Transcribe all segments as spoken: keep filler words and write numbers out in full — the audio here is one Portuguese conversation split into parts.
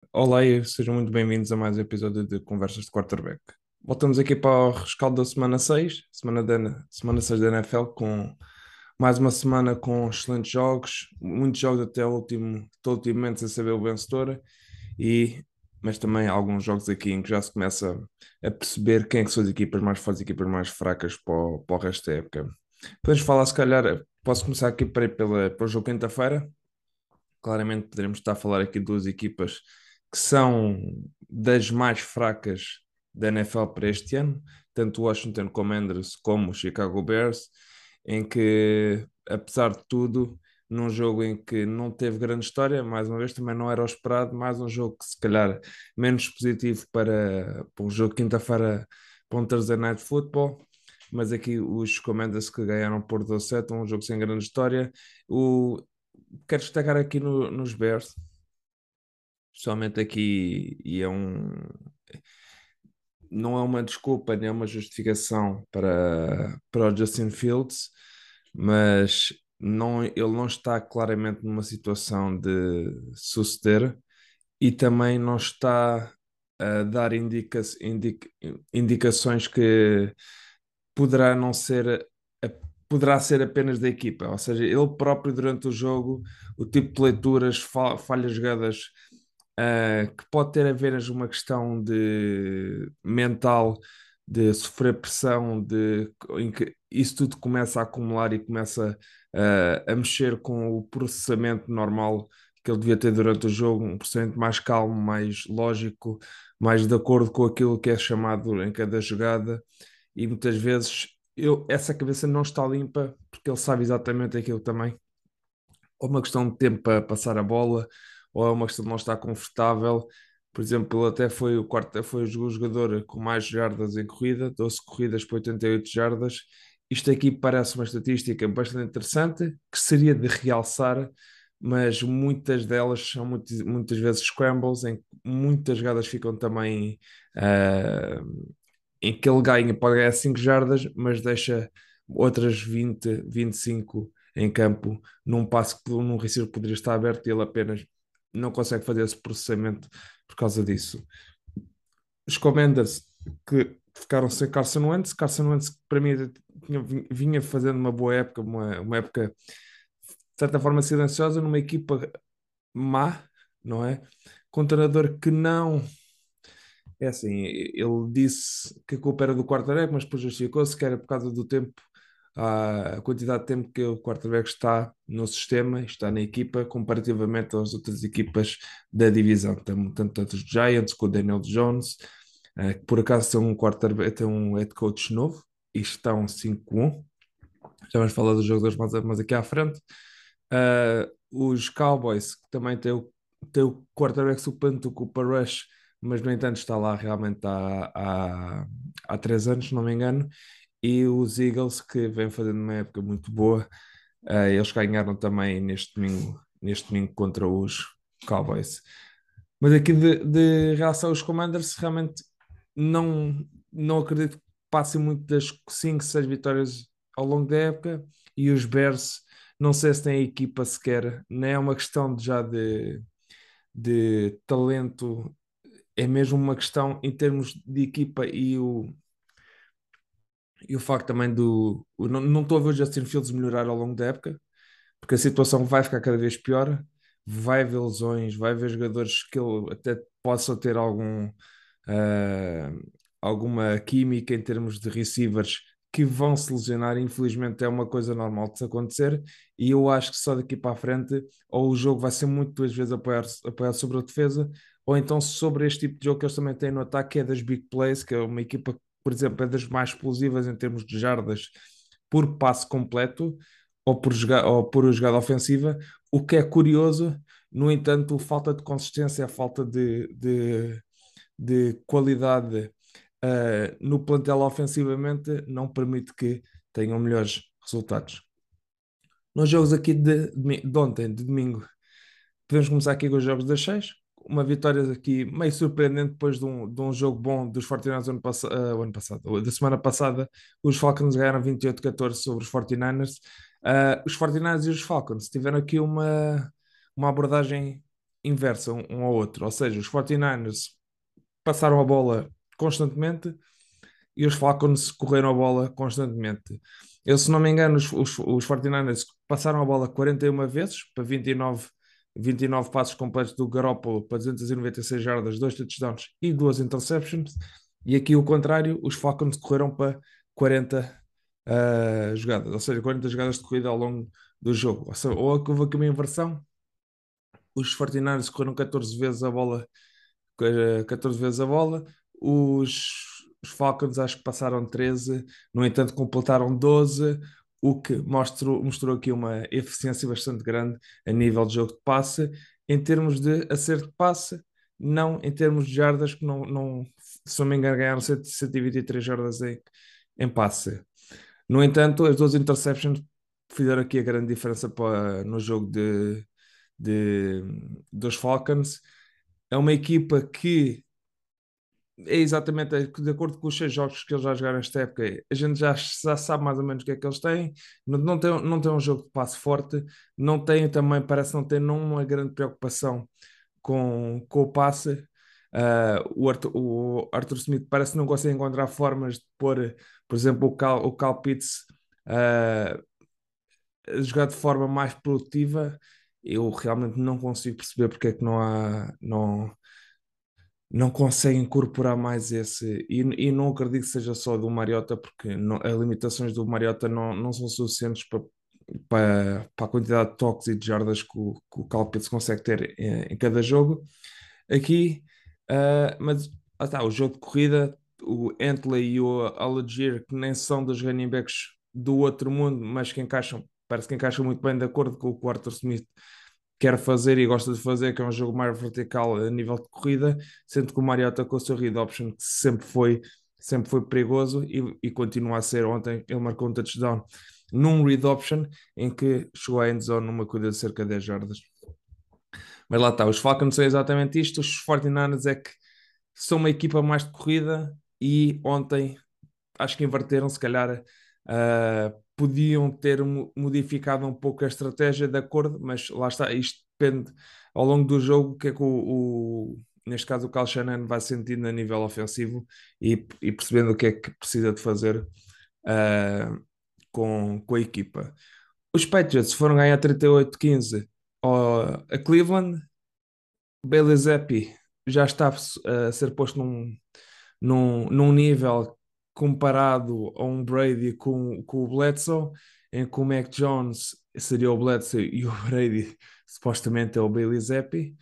Olá e sejam muito bem-vindos a mais um episódio de Conversas de Quarterback. Voltamos aqui para o rescaldo da semana seis, semana, da, semana seis da N F L, com mais uma semana com excelentes jogos, muitos jogos até o último, até o último momento sem saber o vencedor, e, mas também alguns jogos aqui em que já se começa a perceber quem é que são as equipas mais fortes e equipas mais fracas para o, para o resto da época. Podemos falar, se calhar, posso começar aqui para, pela, para o jogo quinta-feira. Claramente poderemos estar a falar aqui de duas equipas que são das mais fracas da N F L para este ano, tanto o Washington Commanders como o Chicago Bears, em que, apesar de tudo, num jogo em que não teve grande história, mais uma vez também não era o esperado, mais um jogo que se calhar menos positivo para, para um jogo de quinta-feira para um Thursday Night Football, mas aqui os Commanders que ganharam por doze a sete, um jogo sem grande história. O, quero destacar aqui no- nos Bears, especialmente aqui, e é um, não é uma desculpa nem é uma justificação para, para o Justin Fields, mas não, ele não está claramente numa situação de suceder e também não está a dar indica, indica- indicações que poderá não ser, a- poderá ser apenas da equipa, ou seja, ele próprio durante o jogo, o tipo de leituras, fa- falhas jogadas, ah, que pode ter apenas uma questão de mental, de sofrer pressão, de em que isso tudo começa a acumular e começa, ah, a mexer com o processamento normal que ele devia ter durante o jogo, um processamento mais calmo, mais lógico, mais de acordo com aquilo que é chamado em cada jogada, e muitas vezes eu, essa cabeça não está limpa porque ele sabe exatamente aquilo também. Ou uma questão de tempo para passar a bola, ou é uma questão de não estar confortável. Por exemplo, ele até foi o quarto, foi o jogador com mais jardas em corrida, doze corridas por oitenta e oito jardas. Isto aqui parece uma estatística bastante interessante, que seria de realçar, mas muitas delas são muito- muitas vezes scrambles, em que muitas jogadas ficam também, ah, em que ele ganha, pode ganhar cinco jardas, mas deixa outras vinte, vinte e cinco em campo, num passo que num receiver poderia estar aberto e ele apenas não consegue fazer esse processamento por causa disso. Os Commanders que ficaram sem Carson Wentz, Carson Wentz para mim tinha- vinha fazendo uma boa época, uma, uma época de certa forma silenciosa, numa equipa má, não é? Com um treinador que não. É assim, ele disse que a culpa era do quarterback, mas depois justificou-se que era por causa do tempo, a a quantidade de tempo que o quarterback está no sistema, está na equipa, comparativamente às outras equipas da divisão. Tam- Tanto os Giants com o Daniel Jones, eh, que por acaso tem um quarterback, tem um head coach novo, e estão cinco a um. Já vamos falar dos jogadores mais, mais aqui à frente. Uh, os Cowboys, que também têm o, têm o quarterback suplente do Cooper Rush, mas no entanto está lá realmente há, há, há três anos, se não me engano. E os Eagles, que vêm fazendo uma época muito boa, uh, eles ganharam também neste domingo, neste domingo contra os Cowboys. Mas aqui de, de reação aos Commanders, realmente não, não acredito que passem muito das cinco seis vitórias ao longo da época. E os Bears, não sei se têm equipa sequer, nem é uma questão de, já de, de talento, é mesmo uma questão em termos de equipa e o, e o facto também do. o- Não, não estou a ver o Justin Fields melhorar ao longo da época, porque a situação vai ficar cada vez pior. Vai haver lesões, vai haver jogadores que ele até possa ter algum, ah, alguma química em termos de receivers que vão se lesionar. Infelizmente, é uma coisa normal de se acontecer. E eu acho que só daqui para a frente, ou o jogo vai ser muito duas vezes apoiar, apoiado sobre a defesa, ou então sobre este tipo de jogo que eles também têm no ataque, que é das big plays, que é uma equipa que, por exemplo, é das mais explosivas em termos de jardas por passe completo ou por, joga ou por jogada ofensiva, o que é curioso. No entanto, falta de consistência, a falta de, de, de qualidade, uh, no plantel ofensivamente não permite que tenham melhores resultados. Nos jogos aqui de, de, de ontem, de domingo, podemos começar aqui com os jogos das seis. Uma vitória aqui meio surpreendente depois de um, de um jogo bom dos forty niners ano, pass uh, ano passado, da semana passada. Os Falcons ganharam vinte e oito a catorze sobre os forty niners. Uh, os forty niners e os Falcons tiveram aqui uma, uma abordagem inversa um, um ao outro. Ou seja, os quarenta e nove ers passaram a bola constantemente e os Falcons correram a bola constantemente. Eu, se não me engano, os, os, os quarenta e nove ers passaram a bola quarenta e uma vezes para vinte e nove, vinte e nove passos completos do Garoppolo para duzentas e noventa e seis jardas, dois touchdowns e duas interceptions. E aqui o contrário, os Falcons correram para quarenta uh, jogadas, ou seja, quarenta jogadas de corrida ao longo do jogo. Ou seja, ou houve aqui uma inversão, os quarenta e nove ers correram catorze vezes a bola eh, catorze vezes a bola. Os, os Falcons acho que passaram treze, no entanto completaram doze, o que mostrou, mostrou aqui uma eficiência bastante grande a nível de jogo de passe. Em termos de acerto de passe, não em termos de jardas, que não, não, se não me engano, ganharam cento e vinte e três jardas em, em passe. No entanto, as duas interceptions fizeram aqui a grande diferença para, no jogo de, de, dos Falcons. É uma equipa que é exatamente de acordo com os seis jogos que eles já jogaram esta época. A gente já, já sabe mais ou menos o que é que eles têm. Não, não tem, não tem um jogo de passe forte, não tem também, parece não ter nenhuma grande preocupação com, com o passe. Ah, o, Arthur, o Arthur Smith parece que não consegue encontrar formas de pôr, por exemplo, o Cal, o Cal Pitts ah, a jogar de forma mais produtiva. Eu realmente não consigo perceber porque é que não há, não, não consegue incorporar mais esse. E, e não acredito que seja só do Mariota, porque não- as limitações do Mariota não, não são suficientes para, para, para a quantidade de toques e de jardas que o, que o Kyle Pitts consegue ter em, em cada jogo. Aqui, ah, mas ah, tá, o jogo de corrida, o Entley e o Algier, que nem são dos running backs do outro mundo, mas que encaixam, parece que encaixam muito bem de acordo com o que o Arthur Smith quer fazer e gosta de fazer, que é um jogo mais vertical a nível de corrida, sendo que o Mariota com o seu read option, que sempre foi, sempre foi perigoso e, e continua a ser. Ontem ele marcou um touchdown num read option em que chegou à endzone numa corrida de cerca de dez jardas. Mas lá está, os Falcons são exatamente isto, os quarenta e nove ers é que são uma equipa mais de corrida e ontem acho que inverteram, se calhar uh, podiam ter modificado um pouco a estratégia de acordo, mas lá está, isto depende ao longo do jogo, o que é que o, o neste caso o Kyle Shanahan vai sentindo a nível ofensivo e, e percebendo o que é que precisa de fazer uh, com, com a equipa. Os Patriots foram ganhar trinta e oito a quinze a Cleveland. Bailey Zappi já está a ser posto num, num, num nível comparado a um Brady com, com o Bledsoe, em que o Mac Jones seria o Bledsoe e o Brady supostamente é o Bailey Zappi,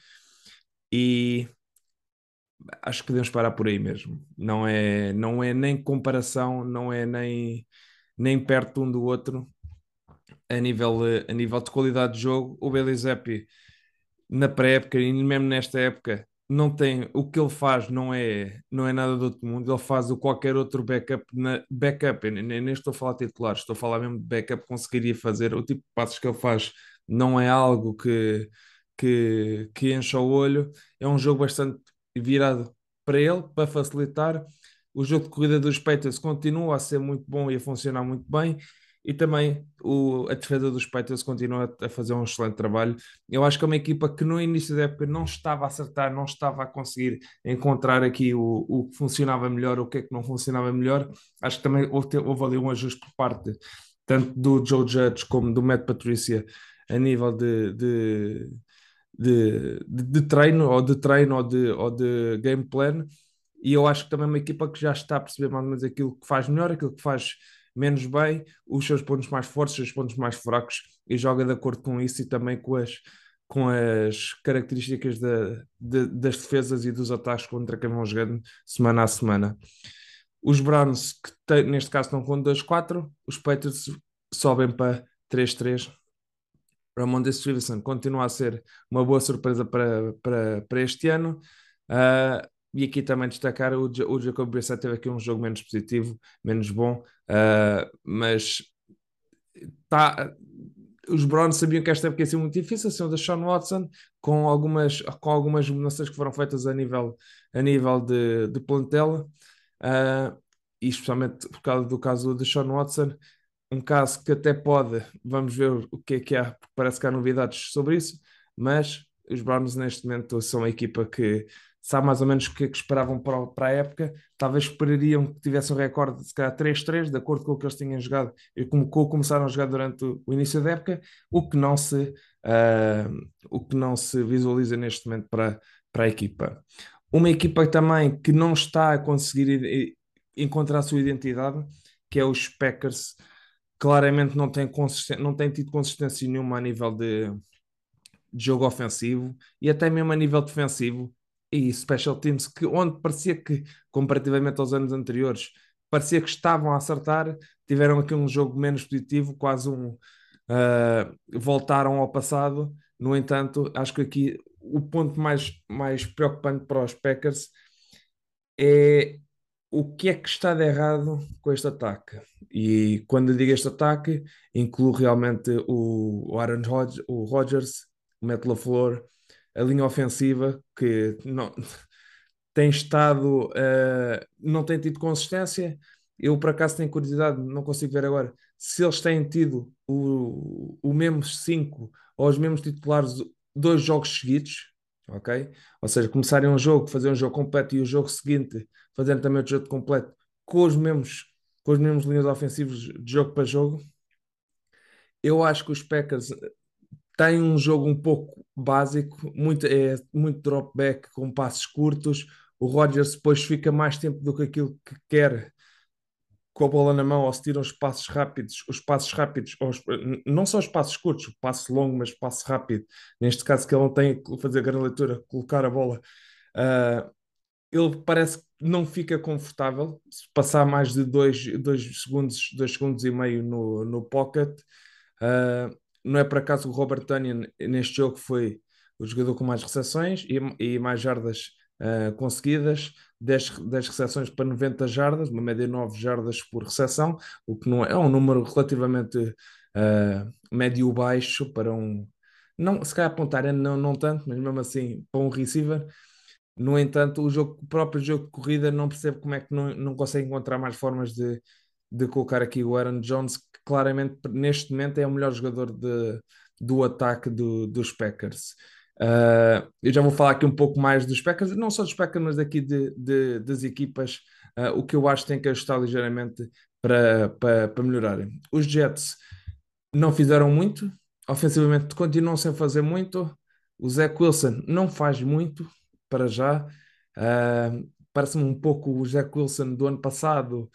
e acho que podemos parar por aí mesmo. Não é, não é nem comparação, não é nem, nem perto um do outro a nível, a nível de qualidade de jogo. O Bailey Zappi na pré-época e mesmo nesta época não tem o que ele faz, não é não é nada do outro mundo. Ele faz o qualquer outro backup na backup, eu nem, nem estou a falar de titular, estou a falar mesmo de backup, conseguiria fazer. O tipo de passos que ele faz não é algo que que, que encha o olho. É um jogo bastante virado para ele, para facilitar. O jogo de corrida dos Patriots continua a ser muito bom e a funcionar muito bem, e também o, a defesa dos Patriots continua a fazer um excelente trabalho. Eu acho que é uma equipa que no início da época não estava a acertar, não estava a conseguir encontrar aqui o, o que funcionava melhor, o que é que não funcionava melhor. Acho que também houve, houve ali um ajuste por parte tanto do Joe Judge como do Matt Patricia a nível de, de, de, de, de treino ou de treino ou de, ou de game plan. E eu acho que também é uma equipa que já está a perceber mais ou menos aquilo que faz melhor, aquilo que faz menos bem, os seus pontos mais fortes, os seus pontos mais fracos, e joga de acordo com isso e também com as, com as características da, de, das defesas e dos ataques contra quem vão jogando semana a semana. Os Browns, que tem, neste caso estão com dois quatro, os Patriots sobem para três três. Ramondre Stevenson continua a ser uma boa surpresa para, para, para este ano. Uh, e aqui também destacar o, o Jacob Brissett teve aqui um jogo menos positivo, menos bom, uh, mas tá, os Browns sabiam que esta época ia ser muito difícil, sendo da Sean Watson, com algumas, com algumas mudanças que foram feitas a nível, a nível de, de plantel, uh, e especialmente por causa do caso de Sean Watson, um caso que até pode, vamos ver o que é que há, porque parece que há novidades sobre isso, mas os Browns neste momento são a equipa que sabe mais ou menos o que é que esperavam para, para a época. Talvez esperariam que tivesse um recorde de se calhar três três, de acordo com o que eles tinham jogado e como co- começaram a jogar durante o, o início da época, o que não se, ah, o que não se visualiza neste momento para, para a equipa. Uma equipa também que não está a conseguir i- i- encontrar a sua identidade, que é os Packers, claramente não tem, consisten- não tem tido consistência nenhuma a nível de, de jogo ofensivo e até mesmo a nível defensivo e special teams, que, onde parecia que, comparativamente aos anos anteriores, parecia que estavam a acertar, tiveram aqui um jogo menos positivo, quase um. ah, voltaram ao passado. No entanto, acho que aqui o ponto mais, mais preocupante para os Packers é o que é que está de errado com este ataque. E quando eu digo este ataque, incluo realmente o, o Aaron Rodgers, o Rodgers, o Matt LaFleur, a linha ofensiva, que não, tem estado, eh, não tem tido consistência. Eu, por acaso, tenho curiosidade, não consigo ver agora, se eles têm tido o, o mesmo cinco ou os mesmos titulares dois jogos seguidos, ok? Ou seja, começarem um jogo, fazer um jogo completo e o jogo seguinte fazendo também outro jogo completo com os mesmos, com os mesmos linhas ofensivas de jogo para jogo. Eu acho que os Packers têm um jogo um pouco básico, muito, é, muito drop back com passos curtos. O Rodgers depois fica mais tempo do que aquilo que quer com a bola na mão, ou se tiram os passos rápidos, os passos rápidos, ou os- não só os passos curtos, o passo longo, mas o passo rápido. Neste caso, que ele não tem que fazer a grande leitura, colocar a bola. ah, Ele parece que não fica confortável se passar mais de dois, dois segundos, dois segundos e meio no, no pocket. Uh, não é por acaso o Robert Tonyan neste jogo foi o jogador com mais recepções e, e mais jardas uh, conseguidas, dez, dez recepções para noventa jardas, uma média de nove jardas por recepção, o que não é, é um número relativamente uh, médio-baixo para um. Não, se calhar apontar é não, não tanto, mas mesmo assim para um receiver. No entanto, o, jogo, o próprio jogo de corrida não percebe como é que não, não consegue encontrar mais formas de, de colocar aqui o Aaron Jones, que claramente neste momento é o melhor jogador de, do ataque do, dos Packers. Uh, eu já vou falar aqui um pouco mais dos Packers, não só dos Packers, mas aqui de, de, das equipas, uh, o que eu acho que tem que ajustar ligeiramente para, para, para melhorarem. Os Jets não fizeram muito, ofensivamente continuam sem fazer muito. O Zach Wilson não faz muito para já. Ah, parece-me um pouco o Zach Wilson do ano passado,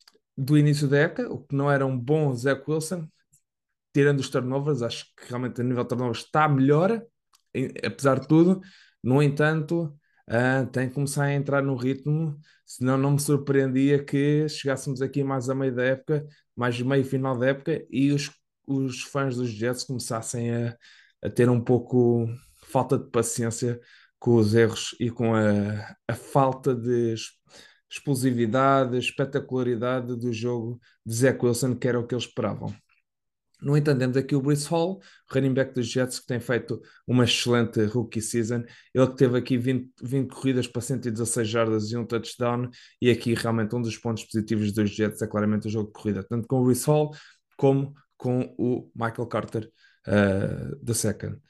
do início da época, o que não era um bom Zach Wilson, tirando os turnovers. Acho que realmente a nível de turnovers está melhor, em- apesar de tudo. No entanto, ah, tem que começar a entrar no ritmo, senão não me surpreendia que chegássemos aqui mais a meio da época, mais meio final da época, e os, os fãs dos Jets começassem a, a ter um pouco falta de paciência com os erros e com a, a falta de es- explosividade, espetacularidade do jogo de Zach Wilson, que era o que eles esperavam. No entanto, temos aqui o Breece Hall, running back dos Jets, que tem feito uma excelente rookie season. Ele que teve aqui vinte, vinte corridas para cento e dezasseis jardas e um touchdown, e aqui realmente um dos pontos positivos dos Jets é claramente o jogo de corrida, tanto com o Breece Hall como com o Michael Carter, uh, da second.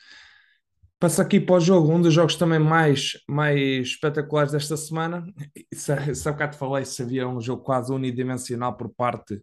Passa aqui para o jogo, um dos jogos também mais, mais espetaculares desta semana. Se, se há bocado falei se havia um jogo quase unidimensional por parte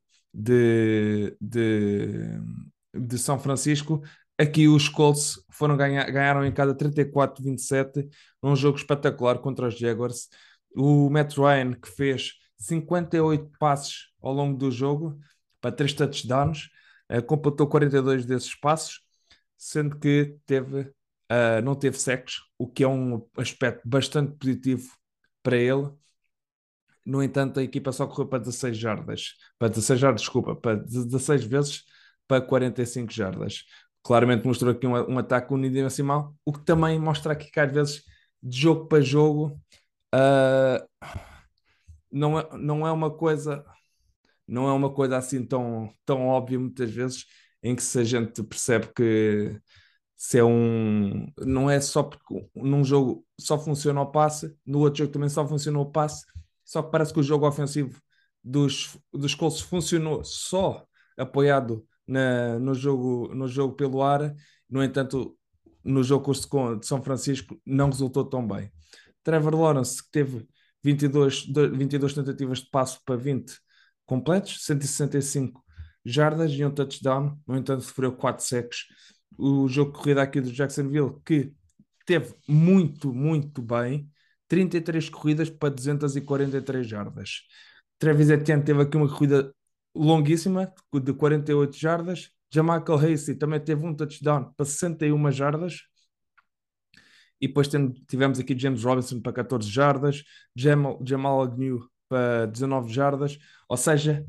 de, de, de São Francisco. Aqui os Colts foram ganhar, ganharam em casa trinta e quatro a vinte e sete, num jogo espetacular contra os Jaguars. O Matt Ryan, que fez cinquenta e oito passes ao longo do jogo para três touchdowns, eh, completou quarenta e dois desses passes, sendo que teve Uh, não teve sacks, o que é um aspecto bastante positivo para ele. No entanto, a equipa só correu para dezasseis jardas, para dezasseis jardas, desculpa, para dezasseis vezes para quarenta e cinco jardas. Claramente mostrou aqui um, um ataque unidimensional, o que também mostra aqui que às vezes, de jogo para jogo, uh, não é, não é uma coisa, não é uma coisa assim tão, tão óbvia muitas vezes, em que se a gente percebe que se é um. Não é só porque num jogo só funciona o passe, no outro jogo também só funciona o passe, só que parece que o jogo ofensivo dos, dos Colts funcionou só apoiado na, no, jogo, no jogo pelo ar. No entanto, no jogo com- de São Francisco não resultou tão bem. Trevor Lawrence, que teve vinte e dois, do- vinte e duas tentativas de passo para vinte completos, cento e sessenta e cinco jardas e um touchdown, no entanto sofreu quatro sacks. O jogo de corrida aqui do Jacksonville, que teve muito, muito bem, trinta e três corridas para duzentas e quarenta e três jardas. Travis Etienne teve aqui uma corrida longuíssima, de quarenta e oito jardas. Jamichael Hasty também teve um touchdown para sessenta e uma jardas. E depois tem- tivemos aqui James Robinson para catorze jardas, Jamal, Jamal Agnew para dezanove jardas. Ou seja,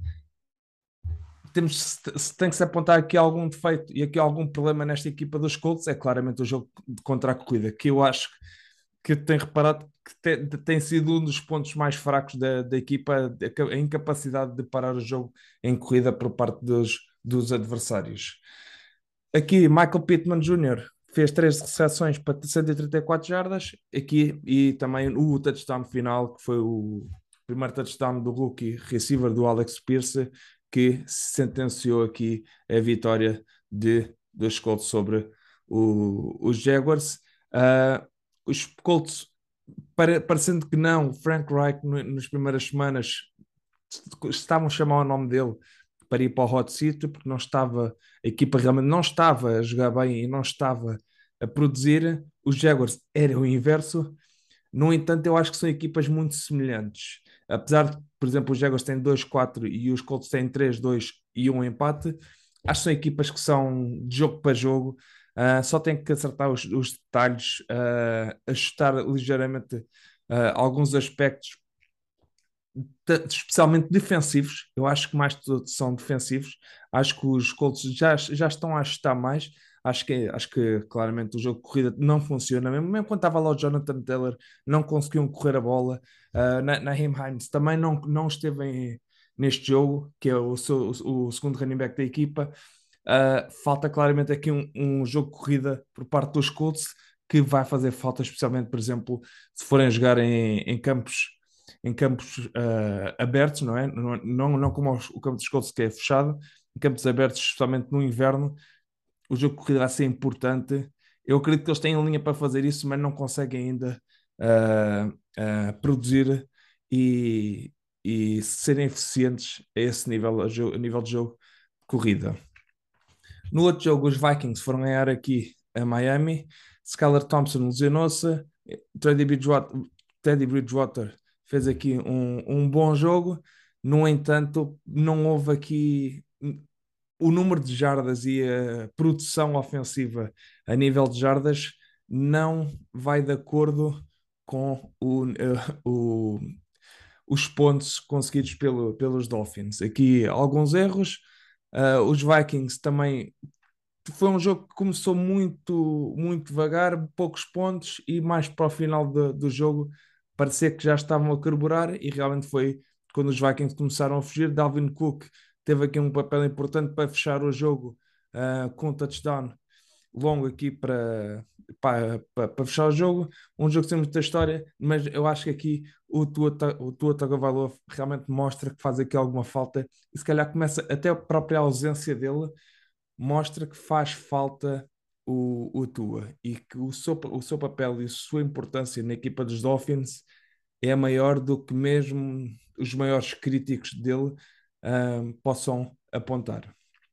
temos, se tem que se apontar aqui algum defeito e aqui algum problema nesta equipa dos Colts, é claramente o jogo contra a corrida, que eu acho que tenho reparado que te- tem sido um dos pontos mais fracos da, da equipa, a incapacidade de parar o jogo em corrida por parte dos, dos adversários. Aqui, Michael Pittman Júnior fez três recepções para cento e trinta e quatro jardas. Aqui, e também o touchdown final, que foi o primeiro touchdown do rookie receiver do Alex Pierce, que sentenciou aqui a vitória de, dos Colts sobre o- os Jaguars. Ah, os Colts, pare- parecendo que não, Frank Reich, no- nas primeiras semanas, estavam a chamar o nome dele para ir para o hot seat, porque não estava, a equipa realmente não estava a jogar bem e não estava a produzir. Os Jaguars era o inverso. No entanto, eu acho que são equipas muito semelhantes. Apesar de, por exemplo, os Jaguars têm dois quatro e os Colts têm três dois e um empate, acho que são equipas que são de jogo para jogo. Uh, só tem que acertar os, os detalhes, uh, ajustar ligeiramente uh, alguns aspectos especialmente defensivos. Eu acho que mais de todos são defensivos. Acho que os Colts já, já estão a ajustar mais. Acho que, acho que claramente o jogo de corrida não funciona. Mesmo, mesmo quando estava lá o Jonathan Taylor, não conseguiam correr a bola. Uh, Na- Naheem Hines também não, não esteve em- neste jogo, que é o, seu- o segundo running back da equipa. Uh, falta claramente aqui um, um jogo de corrida por parte dos Colts que vai fazer falta, especialmente, por exemplo, se forem jogar em, em campos em campos uh, abertos, não é? Não, não, não como os, o campo dos Colts que é fechado, em campos abertos, especialmente no inverno, o jogo de corrida vai ser importante. Eu acredito que eles têm linha para fazer isso, mas não conseguem ainda uh, uh, produzir e, e serem eficientes a esse nível, a, jo- a nível de jogo de corrida. No outro jogo, os Vikings foram ganhar aqui a Miami. Skylar Thompson lesionou-se. Teddy Bridgewater, Teddy Bridgewater fez aqui um, um bom jogo. No entanto, não houve aqui o número de jardas e a produção ofensiva a nível de jardas não vai de acordo com o, eh, o- os pontos conseguidos pelo, pelos Dolphins. Aqui alguns erros. Uh, os Vikings também foi um jogo que começou muito, muito devagar, poucos pontos, e mais para o final do, do jogo parecia que já estavam a carburar, e realmente foi quando os Vikings começaram a fugir. Dalvin Cook teve aqui um papel importante para fechar o jogo uh, com um touchdown longo aqui para, para, para, para fechar o jogo. Um jogo sem muita história, mas eu acho que aqui o Tua, Ta- o Tua Tagovailoa realmente mostra que faz aqui alguma falta, e se calhar começa até a própria ausência dele mostra que faz falta o, o Tua e que o seu, o seu papel e a sua importância na equipa dos Dolphins é maior do que mesmo os maiores críticos dele ahm, possam apontar.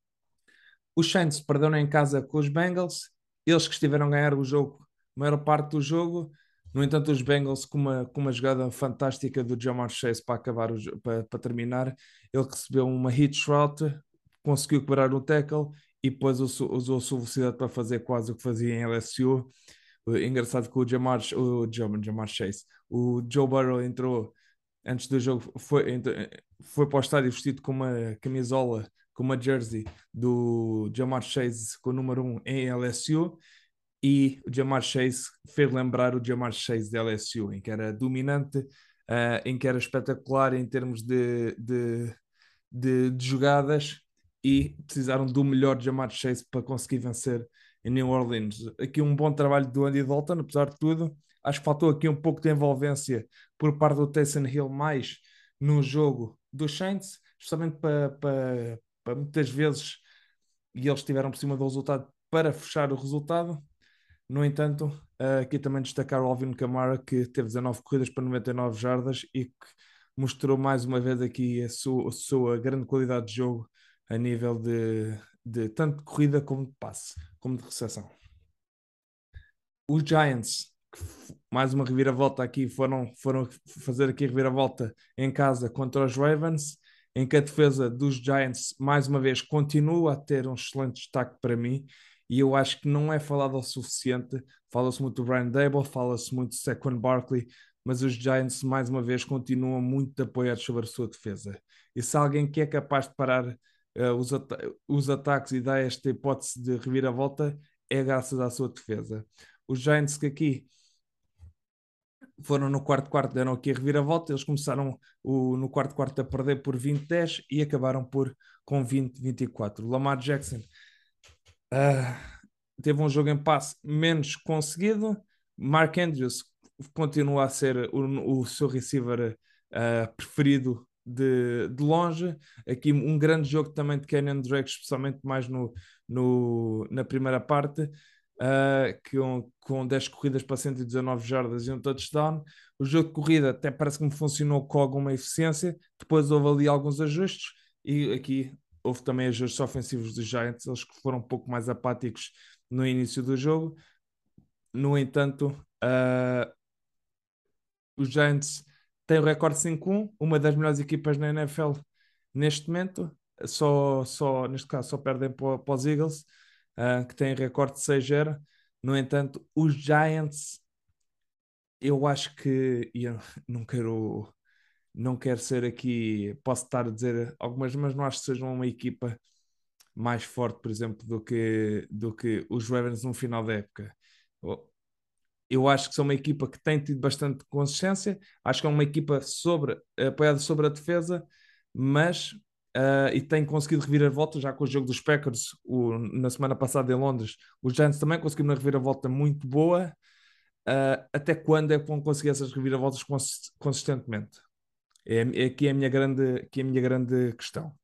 Os Saints perderam em casa com os Bengals, eles que estiveram a ganhar o jogo, a maior parte do jogo. No entanto, os Bengals, com uma, com uma jogada fantástica do Jamar Chase para acabar o, jo- para, para terminar, ele recebeu uma hit route, conseguiu quebrar o tackle e depois usou, usou a sua velocidade para fazer quase o que fazia em L S U. Eh, Engraçado que o Jamar, o Jamar, Jamar Chase, o Joe Burrow entrou antes do jogo, foi, entrou- foi para o estádio vestido com uma camisola, com uma jersey do Jamar Chase com o número um em L S U, e o Jamar Chase fez lembrar o Jamar Chase de L S U, em que era dominante, uh, em que era espetacular em termos de, de, de, de jogadas, e precisaram do melhor Jamar Chase para conseguir vencer em New Orleans. Aqui um bom trabalho do Andy Dalton, apesar de tudo. Acho que faltou aqui um pouco de envolvência por parte do Taysom Hill mais no jogo dos Saints, justamente para, para, para muitas vezes, e eles estiveram por cima do resultado para fechar o resultado. No entanto, uh, aqui também destacar o Alvin Kamara, que teve dezanove corridas para noventa e nove jardas e que mostrou mais uma vez aqui a sua, a sua grande qualidade de jogo a nível de, de tanto de corrida como de passe, como de recepção. Os Giants, que f- mais uma reviravolta aqui, foram, foram fazer aqui a reviravolta em casa contra os Ravens, em que a defesa dos Giants, mais uma vez, continua a ter um excelente destaque para mim, e eu acho que não é falado o suficiente. Fala-se muito do Brian Daboll, fala-se muito do Saquon Barkley, mas os Giants, mais uma vez, continuam muito apoiados sobre a sua defesa. E se alguém que é capaz de parar eh, os, ata- os ataques e dar esta hipótese de reviravolta, é graças à sua defesa. Os Giants que aqui foram no quarto quarto, deram aqui a reviravolta, eles começaram o, no quarto quarto a perder por vinte a dez e acabaram por com vinte a vinte e quatro. Lamar Jackson ah, teve um jogo em passe menos conseguido. Mark Andrews continua a ser o, o seu receiver ah, preferido de, de longe. Aqui um grande jogo também de Kenyon Drake, especialmente mais no, no, na primeira parte, ah, que um, com dez corridas para cento e dezanove jardas e um touchdown. O jogo de corrida até parece que me funcionou com alguma eficiência. Depois houve ali alguns ajustes e aqui houve também ajustes ofensivos dos Giants, eles que foram um pouco mais apáticos no início do jogo. No entanto, uh, os Giants têm o recorde cinco a um, uma das melhores equipas na N F L neste momento. Só, só, neste caso, só perdem para, para os Eagles, uh, que têm recorde de seis a zero. No entanto, os Giants, eu acho que, e eu não quero, não quero ser aqui, posso estar a dizer algumas, mas não acho que sejam uma equipa mais forte, por exemplo, do que, do que os Ravens no final da época. Eu acho que são uma equipa que tem tido bastante consistência, acho que é uma equipa sobre, apoiada sobre a defesa, mas uh, e tem conseguido reviravolta já com o jogo dos Packers o, na semana passada em Londres. Os Giants também conseguiram uma reviravolta muito boa. Uh, até quando é que vão conseguir essas reviravoltas cons consistentemente? É, é aqui a minha grande, aqui a minha grande questão.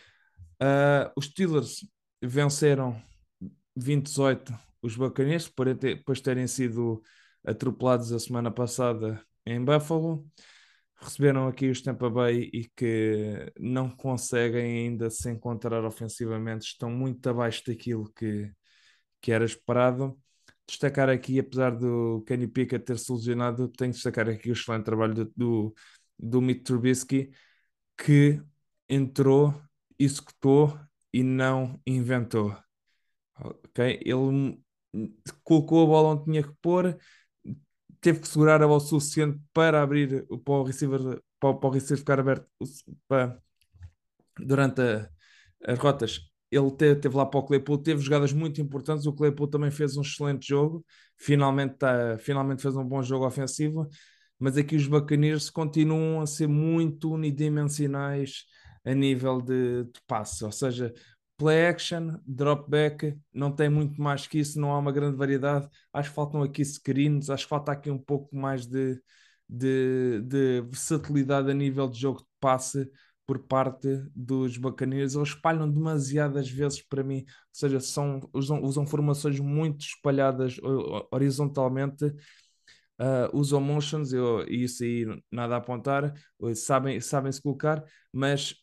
Uh, os Steelers venceram vinte a dezoito os Buccaneers, por ter- depois de terem sido atropelados a semana passada em Buffalo. Receberam aqui os Tampa Bay e que não conseguem ainda se encontrar ofensivamente, estão muito abaixo daquilo que, que era esperado. Destacar aqui, apesar do Kenny Pickett ter se lesionado, tenho de destacar aqui o excelente trabalho do, do, do Mitch Trubisky, que entrou, executou e não inventou. Ok? Ele colocou a bola onde tinha que pôr, teve que segurar a bola o suficiente para abrir o- para o receiver, para, o- para o receiver ficar aberto para, durante a- as rotas. Ele te- teve lá para o Claypool, teve jogadas muito importantes. O Claypool também fez um excelente jogo, finalmente, tá, finalmente fez um bom jogo ofensivo. Mas aqui os Buccaneers continuam a ser muito unidimensionais a nível de, de passe, ou seja, play action, drop back, não tem muito mais que isso, não há uma grande variedade. Acho que faltam aqui screens, acho que falta aqui um pouco mais de, de, de versatilidade a nível de jogo de passe por parte dos Buccaneers. Eles espalham demasiadas vezes para mim, ou seja, são, usam, usam formações muito espalhadas uh, horizontalmente, uh, usam motions, eu, e isso aí nada a apontar, uh, sabem, sabem se colocar, mas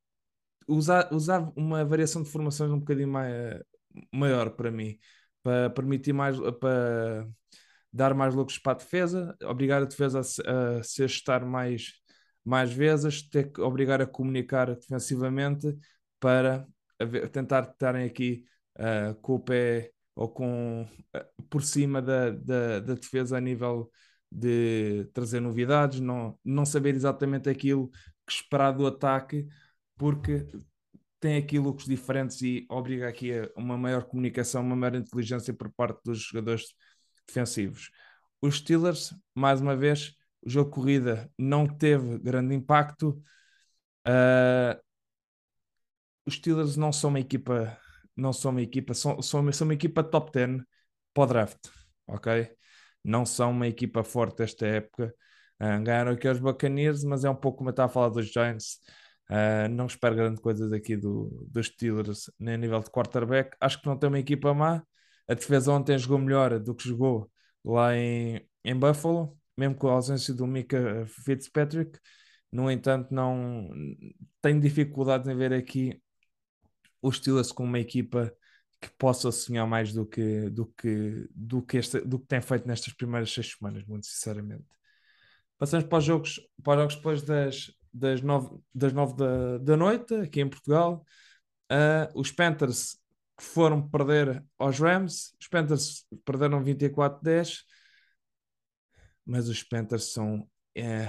usar, usar uma variação de formações um bocadinho mai- maior para mim, para permitir mais, para dar mais lucros para a defesa, obrigar a defesa a se, a se ajustar mais, mais vezes, ter que obrigar a comunicar defensivamente para haver- tentar estarem aqui uh, com o pé ou com uh, por cima da, da, da defesa a nível de trazer novidades, não, não saber exatamente aquilo que esperar do ataque, porque tem aqui lucros diferentes e obriga aqui a uma maior comunicação, uma maior inteligência por parte dos jogadores defensivos. Os Steelers, mais uma vez, o jogo de corrida não teve grande impacto. Uh, os Steelers não são uma equipa, não são uma equipa, são, são, são uma equipa top dez para o draft, ok? Não são uma equipa forte esta época. Uh, ganharam aqui os Buccaneers, mas é um pouco como eu estava a falar dos Giants. Uh, não espero grande coisa daqui do, dos Steelers, nem a nível de quarterback. Acho que não tem uma equipa má, A defesa ontem jogou melhor do que jogou lá em, em Buffalo, mesmo com a ausência do Micah Fitzpatrick. No entanto, não tenho dificuldades em ver aqui os Steelers com uma equipa que possa sonhar mais do que, do que, do que, esta, do que tem feito nestas primeiras seis semanas, muito sinceramente. Passamos para os jogos, para os jogos depois das, das nove, das nove da, da noite, aqui em Portugal. Uh, os Panthers que foram perder aos Rams, os Panthers perderam vinte e quatro a dez, mas os Panthers são. É,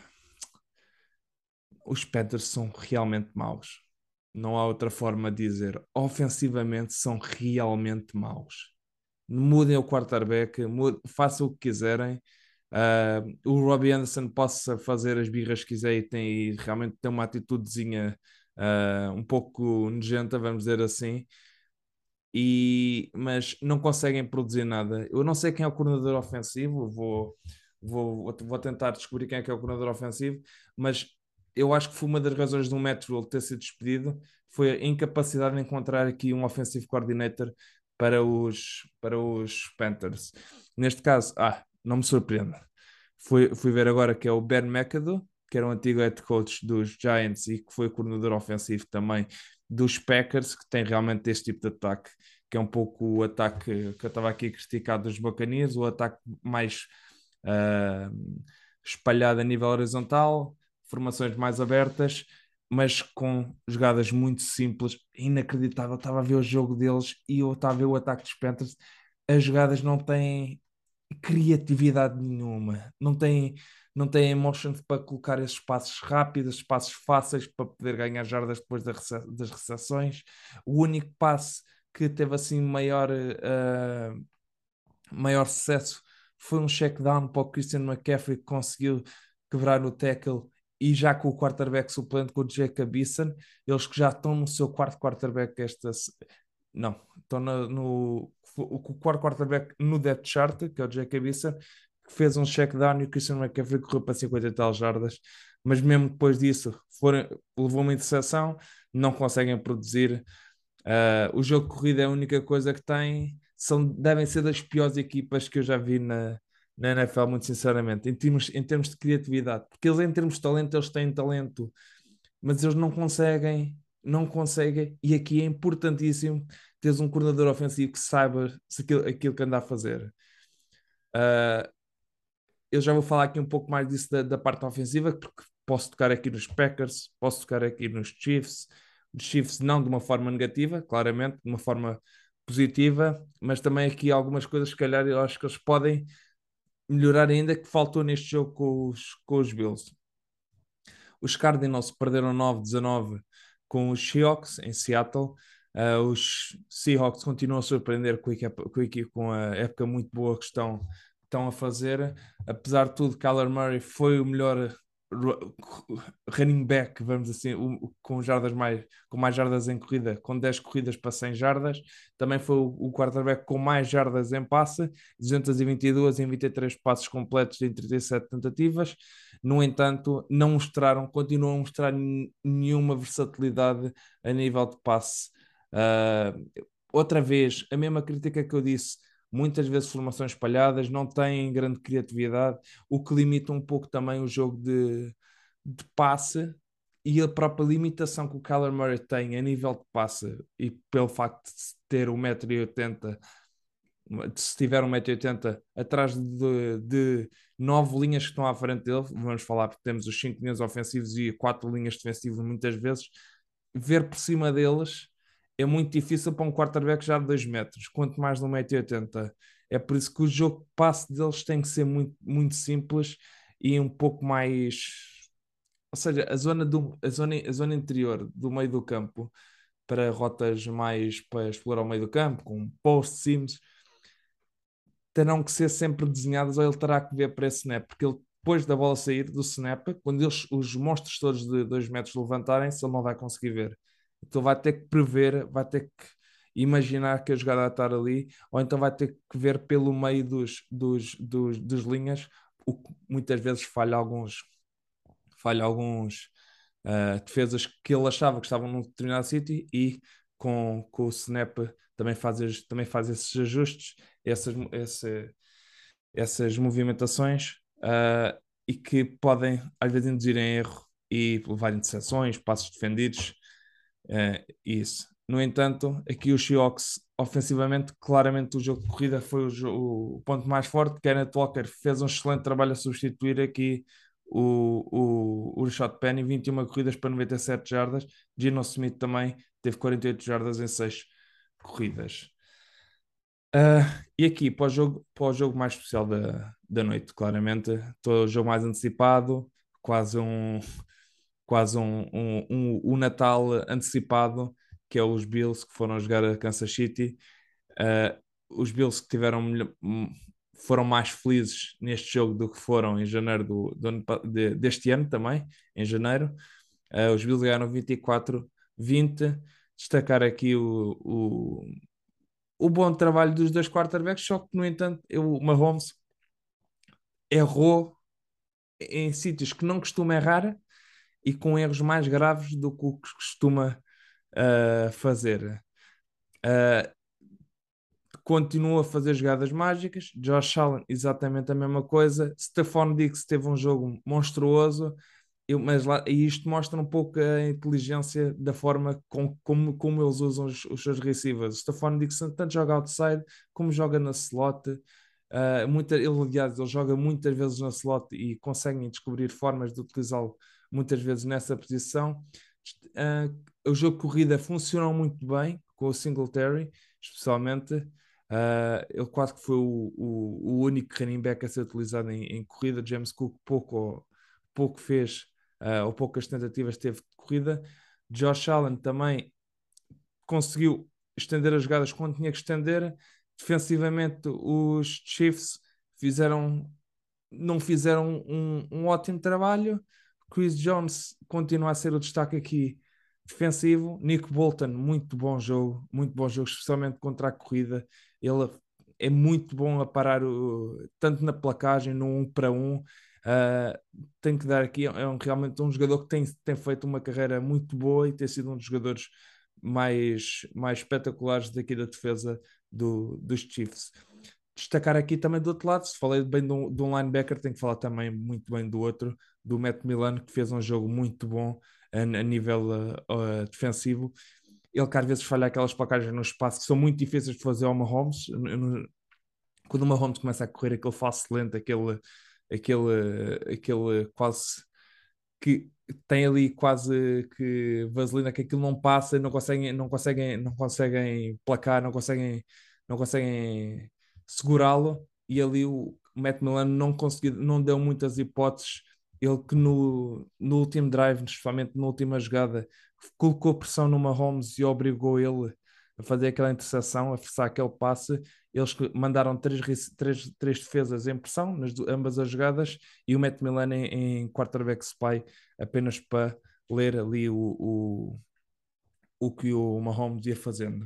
os Panthers são realmente maus. Não há outra forma de dizer. Ofensivamente são realmente maus. Mudem o quarterback, mudem, façam o que quiserem. Uh, o Robbie Anderson possa fazer as birras que quiser e, tem, e realmente tem uma atitudezinha uh, um pouco nojenta, vamos dizer assim, e, mas não conseguem produzir nada. Eu não sei quem é o coordenador ofensivo, vou, vou, vou tentar descobrir quem é que é o coordenador ofensivo, mas eu acho que foi uma das razões do Matt Rule ter sido despedido, foi a incapacidade de encontrar aqui um offensive coordinator para os, para os Panthers. Neste caso, ah, não me surpreende. Fui, fui ver agora que é o Ben McAdoo, que era um antigo head coach dos Giants e que foi coordenador ofensivo também dos Packers, que tem realmente este tipo de ataque, que é um pouco o ataque que eu estava aqui a criticar dos Buccaneers, o ataque mais uh, espalhado a nível horizontal, formações mais abertas, mas com jogadas muito simples, inacreditável. Eu estava a ver o jogo deles e eu estava a ver o ataque dos Panthers. As jogadas não têm criatividade nenhuma, não têm, não têm emotions para colocar esses passos rápidos, esses passos fáceis para poder ganhar jardas depois das rece- das recepções. O único passe que teve assim maior, uh, maior sucesso foi um check down para o Christian McCaffrey, que conseguiu quebrar o tackle e já com o quarterback suplente, com o Jacob Eason, eles que já estão no seu quarto quarterback esta, não, estão no, no o, o quarto quarterback no depth chart, que é o Jacob Eason, que fez um check down e o Christian McCaffrey correu para cinquenta e tal jardas, mas mesmo depois disso foram, levou uma interseção, não conseguem produzir. Uh, o jogo de corrida é a única coisa que tem, são, devem ser das piores equipas que eu já vi na, na N F L, muito sinceramente, em termos, em termos de criatividade, porque eles em termos de talento, eles têm talento, mas eles não conseguem, não conseguem, e aqui é importantíssimo teres um coordenador ofensivo que saiba se aquilo, aquilo que anda a fazer. Uh, eu já vou falar aqui um pouco mais disso da, da parte ofensiva, porque posso tocar aqui nos Packers, posso tocar aqui nos Chiefs, os Chiefs não de uma forma negativa, claramente, de uma forma positiva, mas também aqui algumas coisas, se calhar, eu acho que eles podem melhorar ainda, que faltou neste jogo com os, com os Bills. Os Cardinals perderam nove a dezanove com os Seahawks em Seattle. Uh, os Seahawks continuam a surpreender com a, equipa, com, a equipa, com a época muito boa que estão, estão a fazer. Apesar de tudo, Kyler Murray foi o melhor running back, vamos assim, o, com jardas mais, com mais jardas em corrida, com dez corridas para cem jardas. Também foi o, o quarterback com mais jardas em passe, duzentas e vinte e duas em vinte e três passos completos em trinta e sete tentativas. No entanto, não mostraram, continuam a mostrar nenhuma versatilidade a nível de passe. Uh, outra vez, a mesma crítica que eu disse, muitas vezes formações espalhadas, não têm grande criatividade, o que limita um pouco também o jogo de, de passe e a própria limitação que o Kyler Murray tem a nível de passe e pelo facto de ter um metro e oitenta, se tiver um metro e oitenta atrás de, de nove linhas que estão à frente dele, vamos falar porque temos os cinco linhas ofensivos e quatro linhas defensivas muitas vezes, ver por cima deles é muito difícil para um quarterback já de dois metros, quanto mais de um metro e oitenta. É por isso que o jogo de passe deles tem que ser muito, muito simples e um pouco mais. Ou seja, a zona, do, a, zona, a zona interior do meio do campo para rotas mais para explorar o meio do campo, com post sims, terão que ser sempre desenhadas ou ele terá que ver para esse snap, porque ele, depois da bola sair do snap, quando eles, os monstros todos de dois metros levantarem-se, ele não vai conseguir ver. Então vai ter que prever, vai ter que imaginar que a jogada vai estar ali, ou então vai ter que ver pelo meio dos, dos, dos, dos linhas, o que muitas vezes falha alguns, falha alguns uh, defesas que ele achava que estavam num determinado sítio e com, com o snap também faz, também faz esses ajustes, essas, esse, essas movimentações, uh, e que podem às vezes induzir em erro e levar interseções, passos defendidos, uh, isso. No entanto, aqui os Seahawks, ofensivamente, claramente o jogo de corrida foi o, jo- o ponto mais forte. Kenneth Walker fez um excelente trabalho a substituir aqui o, o, o Rashad Penny, vinte e uma corridas para noventa e sete jardas. Geno Smith também teve quarenta e oito jardas em seis corridas. Ah, e aqui, para o jogo, para o jogo mais especial da, da noite, claramente, todo o jogo mais antecipado, quase um, quase um, um, um, um Natal antecipado, que é os Bills que foram jogar a Kansas City. Ah, os Bills que tiveram melhor- hum, foram mais felizes neste jogo do que foram em janeiro do, do ano pa- de- deste ano também, em janeiro. Ah, os Bills ganharam vinte e quatro a vinte. Destacar aqui o, o o bom trabalho dos dois quarterbacks, só que, no entanto, eu, o Mahomes errou em sítios que não costuma errar e com erros mais graves do que o que costuma uh, fazer. Uh, Continua a fazer jogadas mágicas. Josh Allen, exatamente a mesma coisa. Stephon Diggs teve um jogo monstruoso. Eu, mas lá, e isto mostra um pouco a inteligência da forma com, como, como eles usam os, os seus receivers. O Stephon Diggs tanto joga outside como joga na slot. Uh, muita, ele, aliás, ele joga muitas vezes na slot e conseguem descobrir formas de utilizá-lo muitas vezes nessa posição. Uh, o jogo de corrida funcionou muito bem com o Singletary, especialmente. Uh, ele quase que foi o, o, o único running back a ser utilizado em, em corrida. James Cook pouco, pouco fez, uh, ou poucas tentativas teve de corrida. Josh Allen também conseguiu estender as jogadas quando tinha que estender. Defensivamente, os Chiefs fizeram, não fizeram um, um ótimo trabalho. Chris Jones continua a ser o destaque aqui defensivo. Nick Bolton, muito bom jogo, muito bom jogo, especialmente contra a corrida. Ele é muito bom a parar o, tanto na placagem, no um para um. Uh, tenho que dar aqui, é um, realmente um jogador que tem, tem feito uma carreira muito boa e tem sido um dos jogadores mais, mais espetaculares daqui da defesa do, dos Chiefs. Destacar aqui também do outro lado, se falei bem de um, de um linebacker, tenho que falar também muito bem do outro, do Matt Milano, que fez um jogo muito bom a, a nível uh, uh, defensivo. Ele que às vezes falha aquelas placagens no espaço que são muito difíceis de fazer ao Mahomes. No, quando o Mahomes começa a correr aquele falso lento, aquele, aquele, aquele quase que tem ali quase que vaselina que aquilo não passa, não conseguem, não conseguem, não conseguem placar, não conseguem, não conseguem segurá-lo, e ali o Matt Milano não conseguiu, não deu muitas hipóteses. Ele que no, no último drive, especialmente na última jogada, colocou pressão no Mahomes e obrigou ele a fazer aquela interseção, a forçar aquele passe. Eles que mandaram três, três, três defesas em pressão, nas ambas as jogadas, e o Matt Milano em, em quarterback spy, apenas para ler ali o, o, o que o Mahomes ia fazendo.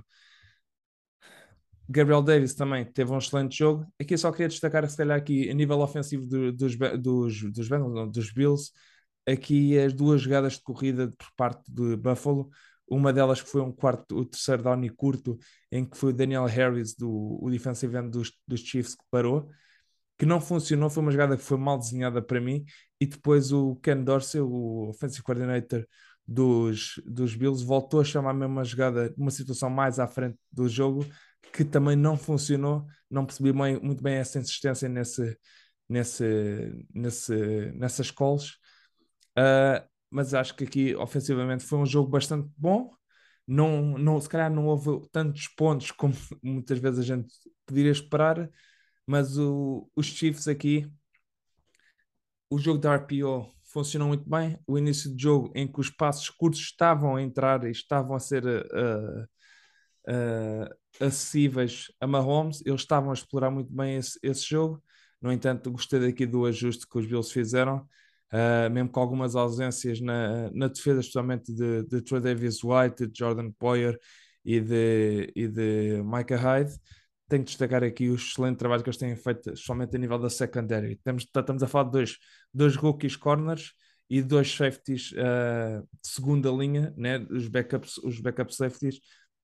Gabriel Davis também teve um excelente jogo. Aqui só queria destacar, se calhar, aqui a nível ofensivo do, dos, dos, dos, Bengals, não, dos Bills, aqui as duas jogadas de corrida por parte de Buffalo. Uma delas que foi um quarto, o terceiro down e curto, em que foi o Daniel Harris, do, o defensive end dos, dos Chiefs, que parou, que não funcionou, foi uma jogada que foi mal desenhada para mim, e depois o Ken Dorsey, o offensive coordinator dos, dos Bills, voltou a chamar a mesma jogada, uma situação mais à frente do jogo, que também não funcionou. Não percebi bem, muito bem essa insistência nesse, nesse, nesse, nessas calls. Uh, mas acho que aqui ofensivamente foi um jogo bastante bom. Não, não, se calhar não houve tantos pontos como muitas vezes a gente poderia esperar, mas o, os Chiefs aqui, o jogo da R P O funcionou muito bem. O início de jogo em que os passos curtos estavam a entrar e estavam a ser uh, uh, acessíveis a Mahomes, eles estavam a explorar muito bem esse, esse jogo. No entanto, gostei daqui do ajuste que os Bills fizeram, uh, mesmo com algumas ausências na, na defesa, especialmente de, de Troy Davis White, de Jordan Poyer e de, e de Micah Hyde. Tenho que destacar aqui o excelente trabalho que eles têm feito, especialmente a nível da secondary. Estamos, estamos a falar de dois, dois rookies corners e dois safeties uh, de segunda linha, né? os, backups, os backup safeties,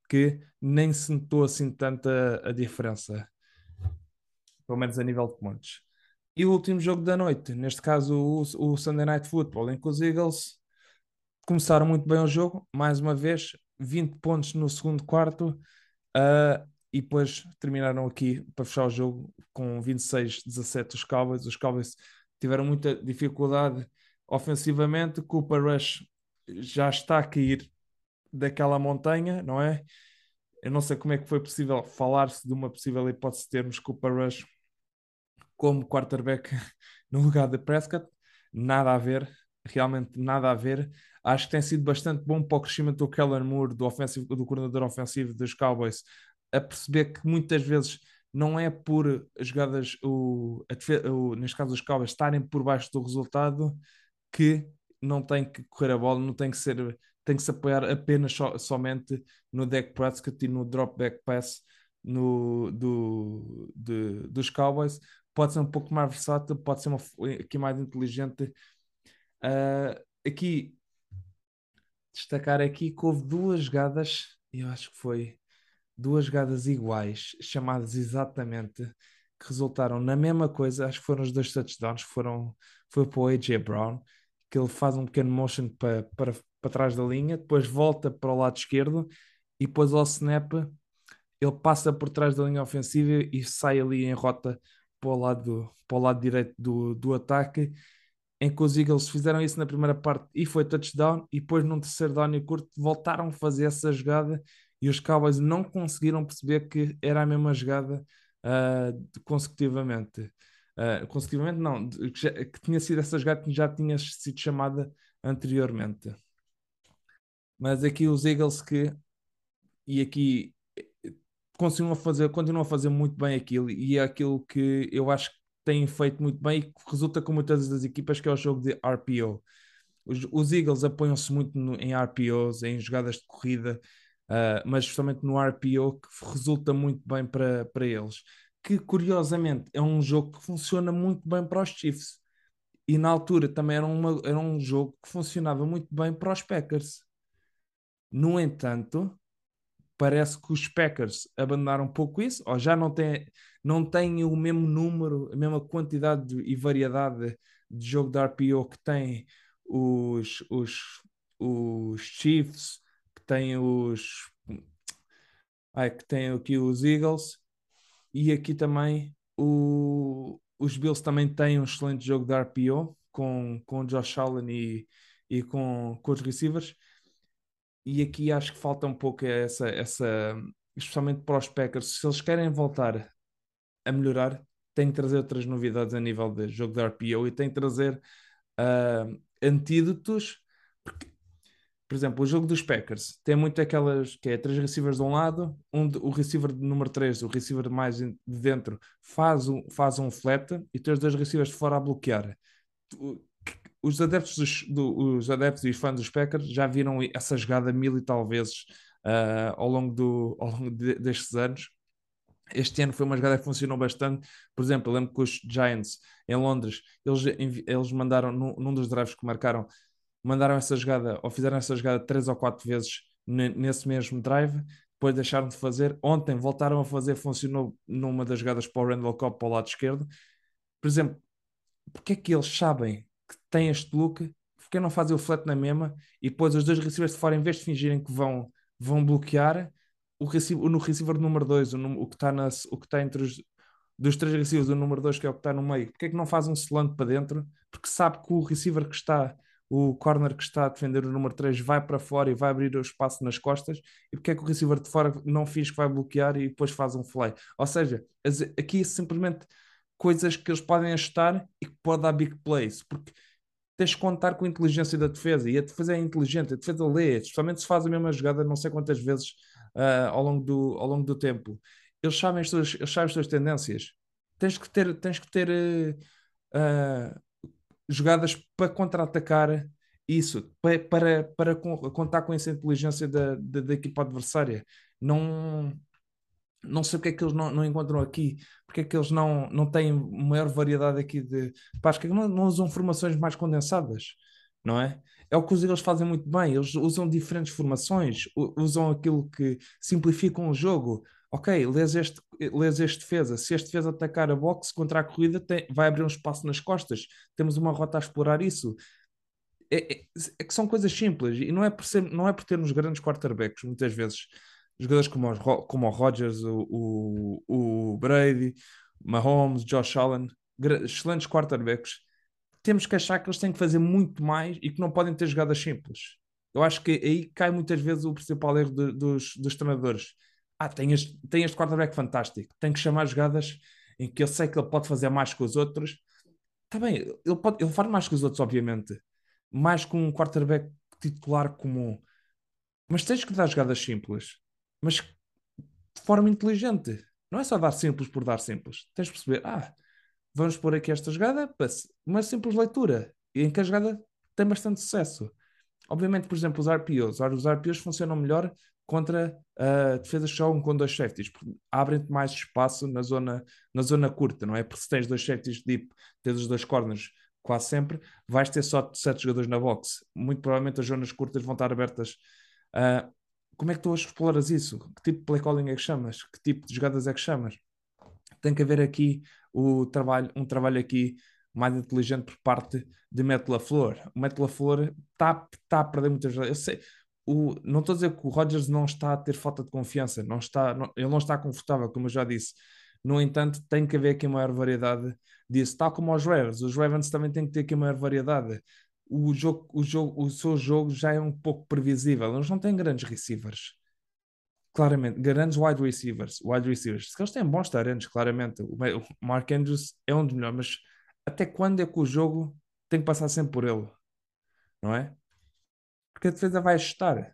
que nem se notou assim tanta a diferença, pelo menos a nível de pontos. E o último jogo da noite, neste caso o, o Sunday Night Football, em que os Eagles começaram muito bem o jogo, mais uma vez, vinte pontos no segundo quarto, uh, e depois terminaram aqui para fechar o jogo com vinte e seis a dezassete os Cowboys. Os Cowboys tiveram muita dificuldade ofensivamente, Cooper Rush já está a cair daquela montanha, não é? Eu não sei como é que foi possível falar-se de uma possível hipótese de termos Cooper Rush como quarterback no lugar de Prescott. Nada a ver, realmente nada a ver. Acho que tem sido bastante bom para o crescimento do Kellen Moore, do, ofensivo, do coordenador ofensivo dos Cowboys, a perceber que muitas vezes não é por as jogadas, o, a defe- o, neste caso os Cowboys, estarem por baixo do resultado, que não tem que correr a bola, não tem que ser, tem que se apoiar apenas so, somente no Dak Prescott e no drop back pass no, do, de, dos Cowboys. Pode ser um pouco mais versátil, pode ser uma, aqui mais inteligente. Uh, aqui, destacar aqui que houve duas jogadas, eu acho que foi duas jogadas iguais, chamadas exatamente, que resultaram na mesma coisa. Acho que foram os dois touchdowns, foram, foi para o A J Brown, que ele faz um pequeno motion para, para, para trás da linha, depois volta para o lado esquerdo e depois ao snap ele passa por trás da linha ofensiva e sai ali em rota para o lado, para o lado direito do, do ataque, em que os Eagles fizeram isso na primeira parte e foi touchdown, e depois num terceiro down e curto voltaram a fazer essa jogada e os Cowboys não conseguiram perceber que era a mesma jogada uh, consecutivamente. Uh, consecutivamente não, que, já, que tinha sido essa jogada que já tinha sido chamada anteriormente. Mas aqui os Eagles que, e aqui continuam a fazer, continuam a fazer muito bem aquilo, e é aquilo que eu acho que têm feito muito bem e que resulta com muitas das equipas, que é o jogo de R P O. Os, os Eagles apoiam-se muito no, em R P Os, em jogadas de corrida, uh, mas justamente no R P O que resulta muito bem para, para eles. Que curiosamente é um jogo que funciona muito bem para os Chiefs. E na altura também era, uma, era um jogo que funcionava muito bem para os Packers. No entanto, parece que os Packers abandonaram um pouco isso, ou já não têm, não têm o mesmo número, a mesma quantidade e variedade de jogo de R P O que têm os, os, os Chiefs, que têm os, ai, que têm aqui os Eagles, e aqui também o, os Bills também têm um excelente jogo de R P O com, com o Josh Allen e, e com, com os receivers. E aqui acho que falta um pouco essa, essa, especialmente para os Packers, se eles querem voltar a melhorar, têm que trazer outras novidades a nível de jogo de R P O e têm que trazer uh, antídotos, porque, por exemplo, o jogo dos Packers tem muito aquelas que é três receivers de um lado, onde o receiver de número três, o receiver mais de dentro, faz um, faz um flat e tem os dois receivers de fora a bloquear. Os adeptos, dos, do, os adeptos e os fãs dos Packers já viram essa jogada mil e tal vezes uh, ao longo, do, ao longo de, destes anos. Este ano foi uma jogada que funcionou bastante. Por exemplo, eu lembro que os Giants em Londres, eles, eles mandaram, num, num dos drives que marcaram, mandaram essa jogada, ou fizeram essa jogada três ou quatro vezes nesse mesmo drive, depois deixaram de fazer. Ontem voltaram a fazer, funcionou numa das jogadas para o Randall Cobb para o lado esquerdo. Por exemplo, porque é que eles sabem que têm este look, porque não fazem o flat na mesma e depois os dois receivers de fora, em vez de fingirem que vão, vão bloquear, o, receiver, no receiver número dois, o, o que está o que está entre os dos três receivers, o número dois, que é o que está no meio, porque é que não faz um slant para dentro? Porque sabe que o receiver que está, o corner que está a defender o número três vai para fora e vai abrir o espaço nas costas, e porque é que o receiver de fora não finge que vai bloquear e depois faz um fly? Ou seja, aqui simplesmente coisas que eles podem ajustar e que pode dar big plays, porque tens de contar com a inteligência da defesa, e a defesa é inteligente, a defesa lê, especialmente se faz a mesma jogada não sei quantas vezes uh, ao, longo do, ao longo do tempo. Eles sabem as suas, eles sabem as suas tendências. Tens que ter, tens que ter uh, uh, jogadas para contra-atacar isso, para, para, para contar com essa inteligência da, da, da equipa adversária. Não, não sei porque é que eles não, não encontram aqui, porque é que eles não, não têm maior variedade aqui de. Pá, acho que não, não usam formações mais condensadas. não é? É o que os Eagles fazem muito bem. Eles usam diferentes formações, u- usam aquilo que simplificam o jogo. Ok, lês este, lês este defesa. Se este defesa atacar a boxe contra a corrida, tem- vai abrir um espaço nas costas. Temos uma rota a explorar isso. É, é- é que são coisas simples e não é por ser, não é por termos grandes quarterbacks, muitas vezes. Jogadores como, os, Ro- como o Rodgers, o, o, o Brady, Mahomes, Josh Allen, gra- excelentes quarterbacks, temos que achar que eles têm que fazer muito mais e que não podem ter jogadas simples. Eu acho que aí cai muitas vezes o principal erro de- dos, dos treinadores. Ah, tem este, tem este quarterback fantástico, tem que chamar jogadas em que eu sei que ele pode fazer mais que os outros. Está bem, ele, pode, ele faz mais que os outros, obviamente, mais que um quarterback titular comum, mas tens que dar jogadas simples, mas de forma inteligente. Não é só dar simples por dar simples. Tens de perceber, ah, vamos pôr aqui esta jogada, passe- uma simples leitura, em que a jogada tem bastante sucesso. Obviamente, por exemplo, os R P Os. Ora, os R P Os funcionam melhor contra uh, defesas que jogam com dois safeties, porque abrem-te mais espaço na zona, na zona curta, não é? Porque se tens dois safeties deep, tens os dois corners quase sempre, vais ter só sete jogadores na box. Muito provavelmente as zonas curtas vão estar abertas. Uh, como é que tu exploras isso? Que tipo de play calling é que chamas? Que tipo de jogadas é que chamas? Tem que haver aqui o trabalho, um trabalho aqui mais inteligente por parte de Matt LaFleur. O Matt LaFleur está tá a perder muitas vezes. Eu sei, o, não estou a dizer que o Rodgers não está a ter falta de confiança, não está, não, ele não está confortável, como eu já disse. No entanto, tem que haver aqui maior variedade disso, tal como os Ravens. Os Ravens também têm que ter aqui maior variedade. O jogo, o jogo, o seu jogo já é um pouco previsível. Eles não têm grandes receivers. Claramente, grandes wide receivers, wide receivers, se eles têm bons talentos, claramente, o o Mark Andrews é um dos melhores, mas até quando é que o jogo tem que passar sempre por ele, não é? Porque a defesa vai ajustar,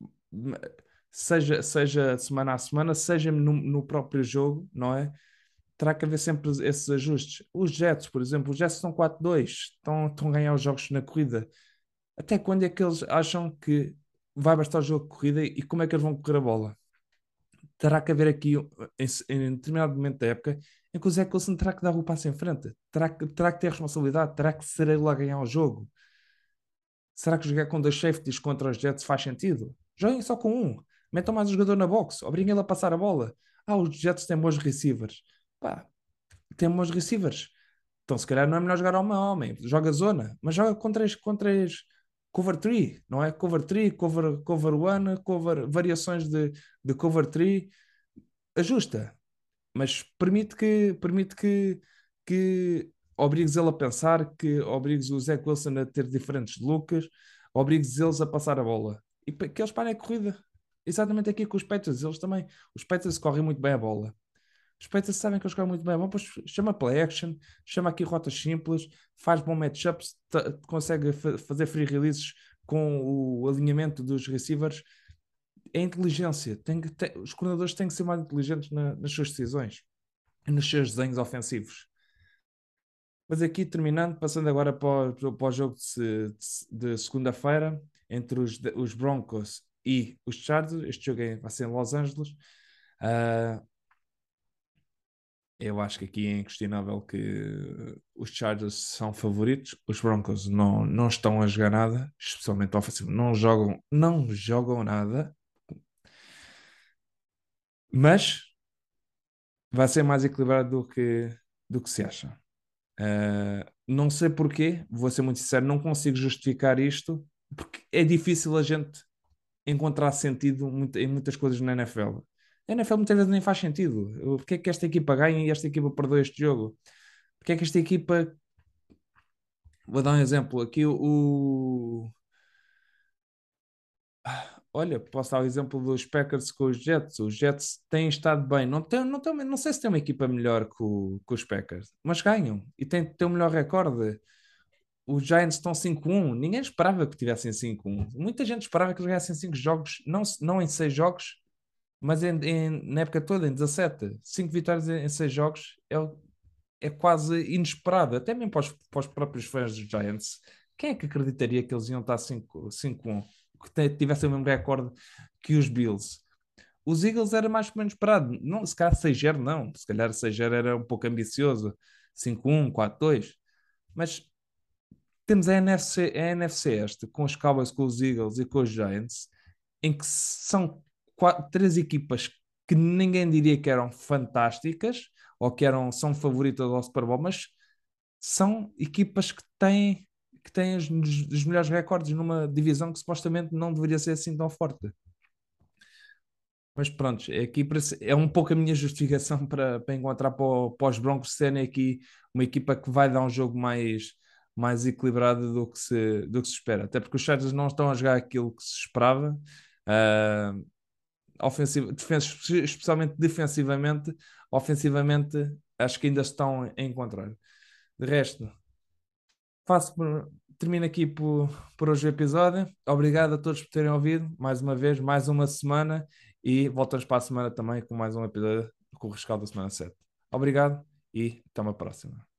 seja, seja semana a semana, seja no, no próprio jogo, não é? Terá que haver sempre esses ajustes. Os Jets, por exemplo, os Jets estão quatro dois, estão, estão a ganhar os jogos na corrida. Até quando é que eles acham que vai bastar o jogo de corrida e como é que eles vão correr a bola? Terá que haver aqui, em, em determinado momento da época, em que o Zé Wilson terá que dar o passo em frente, terá que, terá que ter responsabilidade, terá que ser ele a ganhar o jogo. Será que jogar com dois safeties contra os Jets faz sentido? Joguem só com um, metam mais o jogador na box, obriguem ele a passar a bola. Ah, os Jets têm bons receivers. Pá, têm bons receivers. Então, se calhar não é melhor jogar homem a homem, joga zona, mas joga com três, com três cover três, não é? Cover três, cover, cover one, cover, variações de, de cover três, ajusta, mas permite que, permite que, que obrigues ele a pensar, que obrigues o Zach Wilson a ter diferentes looks, obrigues eles a passar a bola e pa- que eles parem a corrida. Exatamente aqui com os Patriots, eles também. Os Patriots correm muito bem a bola. Os Patriots sabem que eles correm muito bem a bola, pois chama play action, chama aqui rotas simples, faz bom matchups, ta- consegue fa- fazer free releases com o alinhamento dos receivers. É inteligência. Tem que, tem- os coordenadores têm que ser mais inteligentes na- nas suas decisões e nos seus desenhos ofensivos. Mas aqui terminando, passando agora para o, para o jogo de, se- de- de segunda-feira entre os, de- os Broncos e os Chargers. Este jogo é- vai ser em Los Angeles. Ah, eu acho que aqui é inquestionável que os Chargers são favoritos. Os Broncos não, não estão a jogar nada, especialmente ofensivo. Não jogam, não jogam nada, mas vai ser mais equilibrado do que, do que se acha. Uh, não sei porquê, vou ser muito sincero, não consigo justificar isto, porque é difícil a gente encontrar sentido muito- em muitas coisas na N F L. A N F L muitas vezes nem faz sentido. Porque é que esta equipa ganha e esta equipa perdeu este jogo? Porque é que esta equipa. Vou dar um exemplo. Aqui o. Olha, posso dar o exemplo dos Packers com os Jets. Os Jets têm estado bem. Não, tem, não, tem, não sei se tem uma equipa melhor que, o- que os Packers, mas ganham e têm, têm o melhor recorde. Os Giants estão cinco um. Ninguém esperava que tivessem cinco um. Muita gente esperava que eles ganhassem cinco jogos, não, não em seis jogos, mas em, em- na época toda, em dezassete. cinco vitórias em, em seis jogos é, o- é quase inesperado, até mesmo para os, para os próprios fãs dos Giants. Quem é que acreditaria que eles iam estar cinco um? Que te- tivessem o mesmo recorde que os Bills? Os Eagles era mais ou menos esperado. Não, se calhar seis zero não. Se calhar seis zero era um pouco ambicioso. cinco um, quatro dois. Mas temos a N F C, a N F C este, com os Cowboys, com os Eagles e com os Giants, em que são quatro, três equipas que ninguém diria que eram fantásticas ou que eram, são favoritas ao Super Bowl, mas são equipas que têm, que têm os, os melhores recordes numa divisão que supostamente não deveria ser assim tão forte. Mas pronto, é aqui para se- é um pouco a minha justificação para, para encontrar para, o- para os Broncos serem aqui uma equipa que vai dar um jogo mais, mais equilibrado do que se, do que se espera. Até porque os Chargers não estão a jogar aquilo que se esperava. Ah, ofensivo, defen- especialmente defensivamente, ofensivamente, acho que ainda estão a encontrar. De resto, faço por- termino aqui por, por hoje o episódio. Obrigado a todos por terem ouvido. Mais uma vez, mais uma semana. E voltamos para a semana também com mais um episódio com o rescaldo da semana sete. Obrigado e até uma próxima.